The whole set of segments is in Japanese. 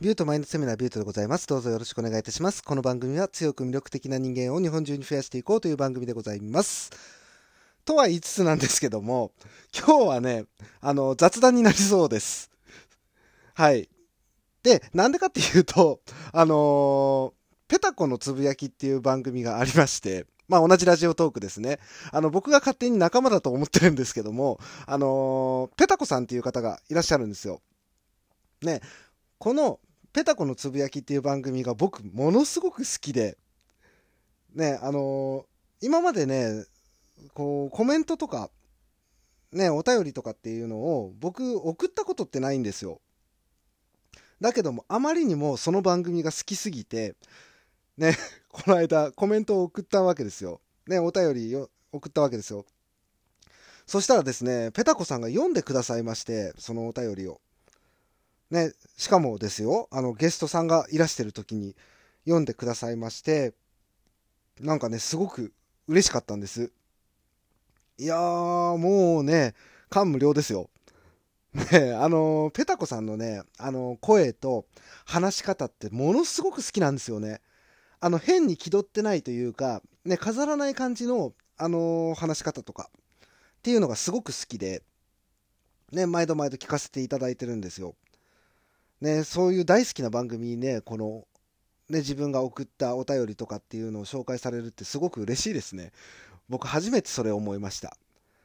ビュートマインドセミナービュートでございます。どうぞよろしくお願いいたします。この番組は強く魅力的な人間を日本中に増やしていこうという番組でございます。とは言いつつなんですけども、今日はね、雑談になりそうです。はい。で、なんでかっていうと、ペタコのつぶやきっていう番組がありまして、まあ同じラジオトークですね。僕が勝手に仲間だと思ってるんですけども、ペタコさんっていう方がいらっしゃるんですよ。ね、このペタコのつぶやきっていう番組が僕ものすごく好きで、ね、今までね、こうコメントとか、ね、お便りとかっていうのを僕送ったことってないんですよ。だけどもあまりにもその番組が好きすぎて、ね、この間コメントを送ったわけですよ。ね、お便りを送ったわけですよ。そしたらですね、ペタコさんが読んでくださいまして、そのお便りを。ね、しかもですよ、ゲストさんがいらしてる時に読んでくださいまして、なんかね、すごく嬉しかったんです。いやー、もうね、感無量ですよ。ね、ペタコさんのね、声と話し方ってものすごく好きなんですよね。変に気取ってないというか、ね、飾らない感じの、話し方とかっていうのがすごく好きで、ね、毎度毎度聞かせていただいてるんですよ。ね、そういう大好きな番組にね、この、ね、自分が送ったお便りとかっていうのを紹介されるってすごく嬉しいですね。僕初めてそれを思いました。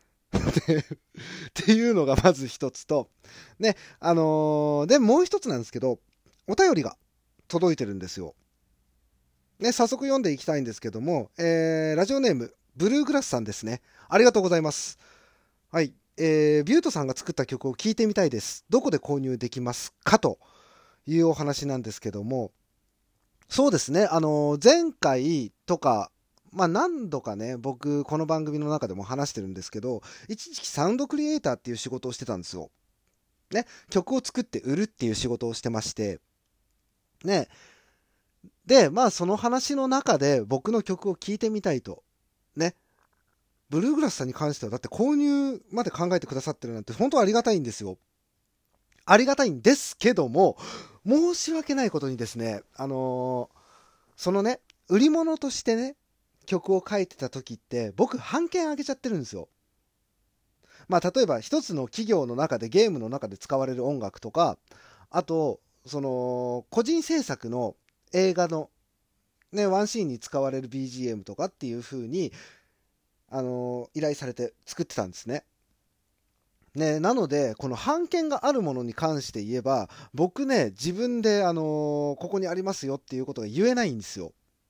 っていうのがまず一つと、ね、で、もう一つなんですけど、お便りが届いてるんですよ。ね、早速読んでいきたいんですけども、ラジオネーム、ブルーグラスさんですね。ありがとうございます。はい。ビュートさんが作った曲を聴いてみたいです。どこで購入できますかというお話なんですけども、そうですね。前回とか、まあ何度かね、僕、この番組の中でも話してるんですけど、一時期サウンドクリエイターっていう仕事をしてたんですよ。ね。曲を作って売るっていう仕事をしてまして、ね。で、まあその話の中で僕の曲を聴いてみたいと。ね。ブルーグラスさんに関しては、だって購入まで考えてくださってるなんて本当ありがたいんですよ。ありがたいんですけども、申し訳ないことにですね、そのね、売り物としてね、曲を書いてた時って、僕、版権あげちゃってるんですよ。まあ、例えば、一つの企業の中で、ゲームの中で使われる音楽とか、あと、個人制作の映画の、ね、ワンシーンに使われる BGM とかっていう風に、依頼されて作ってたんですね。ね、なので、この版権があるものに関して言えば、僕ね、自分で、ここにありますよっていうことが言えないんですよ。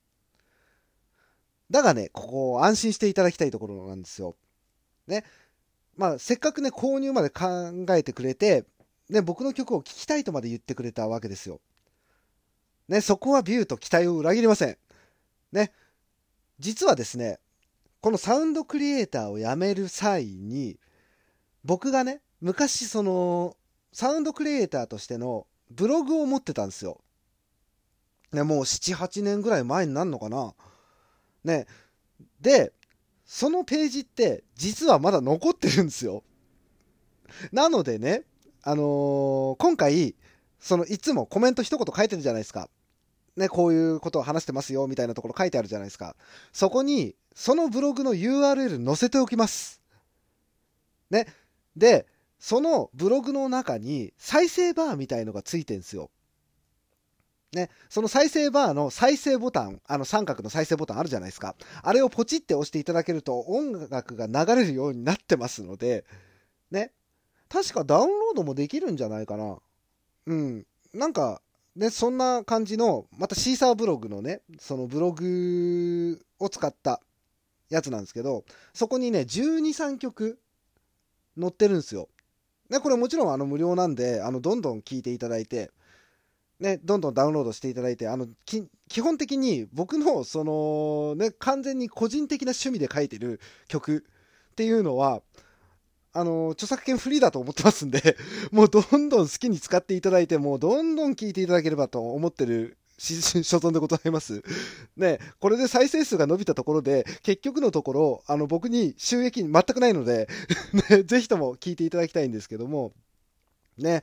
だがね、ここ安心していただきたいところなんですよ。ね。まあ、せっかくね、購入まで考えてくれて、ね、僕の曲を聴きたいとまで言ってくれたわけですよ。ね、そこはビューと期待を裏切りません。ね。実はですね、このサウンドクリエイターを辞める際に、僕がね、昔サウンドクリエイターとしてのブログを持ってたんですよ。ね、もう7、8年ぐらい前になるのかな。ね。で、そのページって実はまだ残ってるんですよ。なのでね、今回、いつもコメント一言書いてるじゃないですか。ね、こういうことを話してますよ、みたいなところ書いてあるじゃないですか。そこに、そのブログの URL 載せておきます。ね。で、そのブログの中に再生バーみたいのがついてるんですよ。ね、その再生バーの再生ボタン、三角の再生ボタンあるじゃないですか。あれをポチって押していただけると音楽が流れるようになってますので、ね。確かダウンロードもできるんじゃないかな。うん。なんか、ね、そんな感じの、またシーサーブログのね、そのブログを使ったやつなんですけど、そこにね、12、3曲載ってるんですよ。ね、これもちろん無料なんで、どんどん聴いていただいて、ね、どんどんダウンロードしていただいて、基本的に僕の、ね、完全に個人的な趣味で書いてる曲っていうのは、著作権フリーだと思ってますんで、もうどんどん好きに使っていただいて、もうどんどん聞いていただければと思ってる所存でございます。ね、これで再生数が伸びたところで、結局のところ、僕に収益全くないのでね、ぜひとも聞いていただきたいんですけども、ね、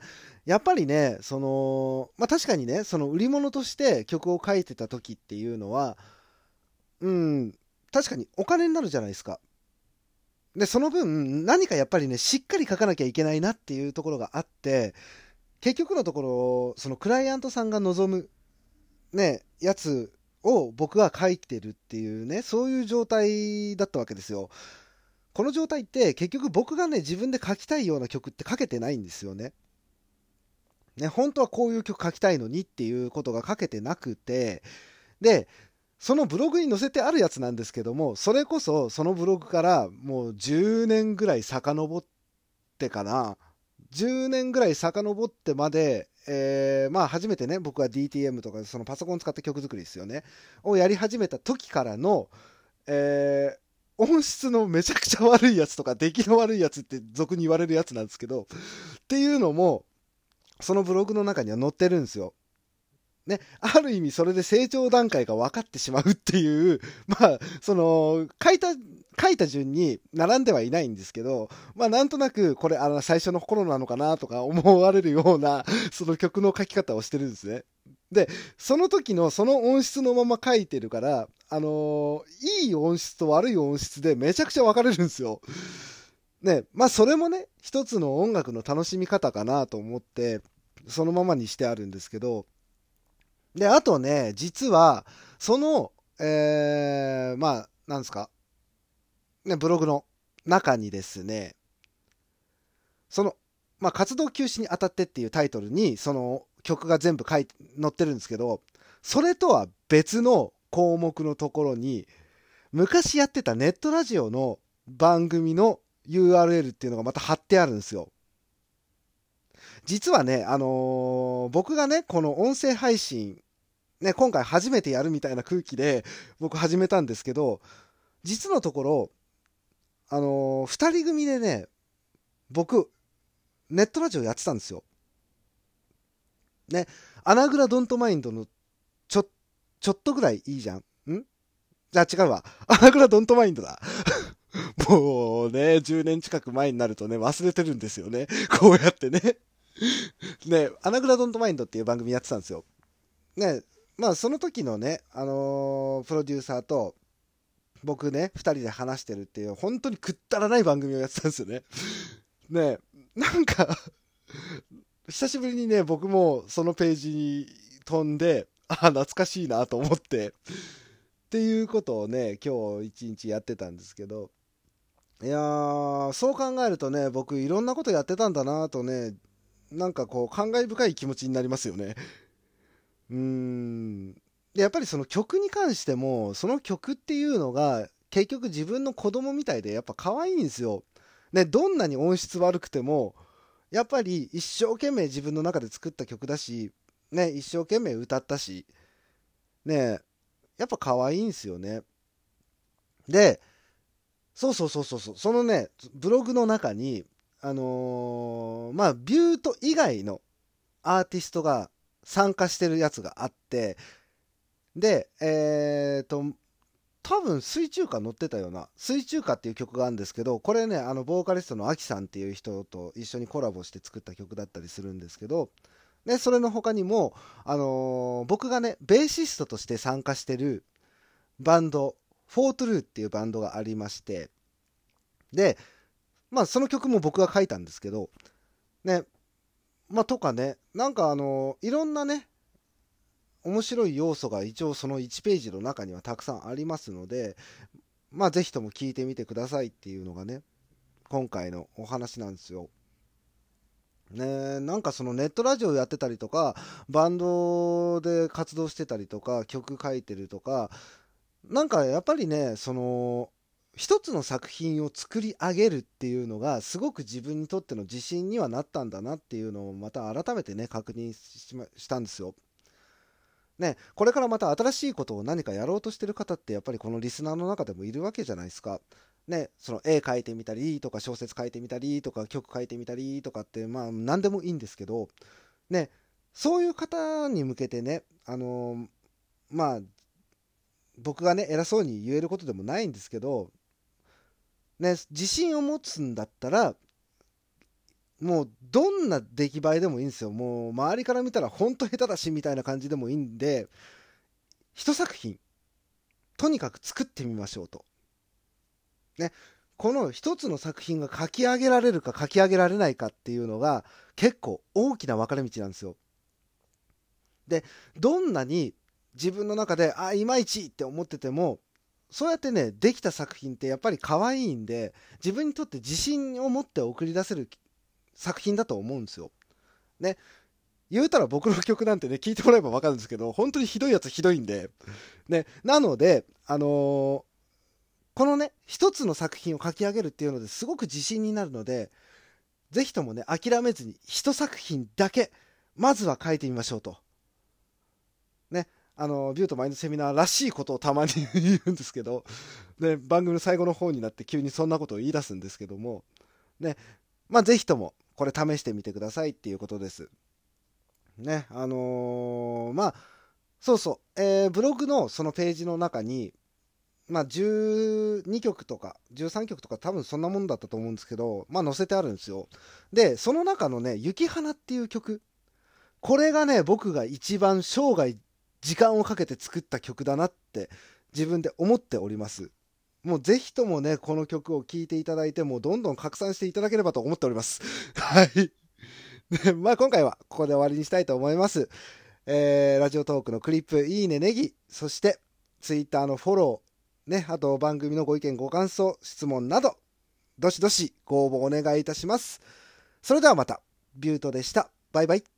やっぱりね、確かにね、その売り物として曲を書いてた時っていうのは、うん、確かにお金になるじゃないですか。で、その分、何かやっぱりね、しっかり書かなきゃいけないなっていうところがあって、結局のところ、そのクライアントさんが望む、ね、やつを僕が書いてるっていうね、そういう状態だったわけですよ。この状態って結局僕がね、自分で書きたいような曲って書けてないんですよね。ね、本当はこういう曲書きたいのにっていうことが書けてなくて、で、そのブログに載せてあるやつなんですけども、それこそそのブログからもう10年ぐらい遡ってかな、10年ぐらい遡ってまで、まあ初めてね、僕は DTM とかそのパソコンを使った曲作りですよね、をやり始めた時からの、音質のめちゃくちゃ悪いやつとか出来の悪いやつって俗に言われるやつなんですけど、っていうのもそのブログの中には載ってるんですよ。ね、ある意味それで成長段階が分かってしまうっていう、まあ、書いた順に並んではいないんですけど、まあなんとなくこれ最初の頃なのかなとか思われるような、その曲の書き方をしてるんですね。で、その時のその音質のまま書いてるから、いい音質と悪い音質でめちゃくちゃ分かれるんですよ。ね、まあそれもね、一つの音楽の楽しみ方かなと思って、そのままにしてあるんですけど、で、あとね、実は、その、まあ、なんですか、ね、ブログの中にですね、その、まあ、活動休止にあたってっていうタイトルに、その曲が全部載ってるんですけど、それとは別の項目のところに、昔やってたネットラジオの番組の URL っていうのがまた貼ってあるんですよ。実はね、僕がね、この音声配信ね、今回初めてやるみたいな空気で僕始めたんですけど、実のところ、二人組でね、僕、ネットラジオやってたんですよ。ね、アナグラドントマインドのちょ、ちょっとぐらいいいじゃん。じゃあ違うわ。アナグラドントマインドだ。もうね、10年近く前になるとね、忘れてるんですよね。こうやってね。ね、アナグラドントマインドっていう番組やってたんですよ。ね、まあその時のね、プロデューサーと、僕ね、二人で話してるっていう、本当にくったらない番組をやってたんですよね。ね、なんか久しぶりにね、僕もそのページに飛んで、あ、懐かしいなと思って、っていうことをね、今日一日やってたんですけど、いやー、そう考えるとね、僕いろんなことやってたんだなとね、なんかこう、感慨深い気持ちになりますよね。うーん。でやっぱりその曲に関しても、その曲っていうのが、結局自分の子供みたいでやっぱ可愛いんですよ。ね、どんなに音質悪くても、やっぱり一生懸命自分の中で作った曲だし、ね、一生懸命歌ったし、ね、やっぱ可愛いんですよね。で、そう、そのね、ブログの中に、まあ、ビュート以外のアーティストが参加してるやつがあって、で、多分水中歌乗ってたような、水中歌っていう曲があるんですけど、これね、ボーカリストのアキさんっていう人と一緒にコラボして作った曲だったりするんですけど、で、それの他にも、僕がね、ベーシストとして参加してるバンド、フォートゥルーっていうバンドがありまして、で、まあその曲も僕が書いたんですけど、ね、まあとかね、なんかいろんなね、面白い要素が一応その1ページの中にはたくさんありますので、まあぜひとも聞いてみてくださいっていうのがね、今回のお話なんですよ。ね、なんかそのネットラジオやってたりとか、バンドで活動してたりとか、曲書いてるとか、なんかやっぱりね、一つの作品を作り上げるっていうのが、すごく自分にとっての自信にはなったんだなっていうのをまた改めてね、確認したんですよ。ね、これからまた新しいことを何かやろうとしてる方ってやっぱりこのリスナーの中でもいるわけじゃないですか。ね、その絵描いてみたりとか小説書いてみたりとか曲書いてみたりとかってまあ何でもいいんですけど、ね、そういう方に向けてね、まあ僕がね偉そうに言えることでもないんですけど、ね、自信を持つんだったらもうどんな出来栄えでもいいんですよ。もう周りから見たら本当下手だしみたいな感じでもいいんで、一作品とにかく作ってみましょうと。ね。この一つの作品が書き上げられるか書き上げられないかっていうのが結構大きな分かれ道なんですよ。で、どんなに自分の中で、いまいちって思ってても、そうやってね、できた作品ってやっぱり可愛いんで、自分にとって自信を持って送り出せる作品だと思うんですよ。ね。言うたら僕の曲なんてね、聞いてもらえば分かるんですけど、本当にひどいやつひどいんで、ね。なので、このね、一つの作品を書き上げるっていうのですごく自信になるので、ぜひともね、諦めずに一作品だけ、まずは書いてみましょうと。ね。ビュートマインドセミナーらしいことをたまに言うんですけど、ね、番組の最後の方になって急にそんなことを言い出すんですけども、ね。ぜひとも、これ試してみてくださいっていうことです。ね。そうそう、ブログのそのページの中に、12曲とか13曲とか多分そんなもんだったと思うんですけど、載せてあるんですよ。で、その中のね、雪花っていう曲。これがね、僕が一番生涯時間をかけて作った曲だなって自分で思っております。もうぜひともね、この曲を聴いていただいて、もうどんどん拡散していただければと思っております。はい。で今回はここで終わりにしたいと思います。ラジオトークのクリップ、いいね、ネギ、そしてツイッターのフォロー、ね、あと番組のご意見、ご感想、質問など、どしどしご応募お願いいたします。それではまた、ビュートでした。バイバイ。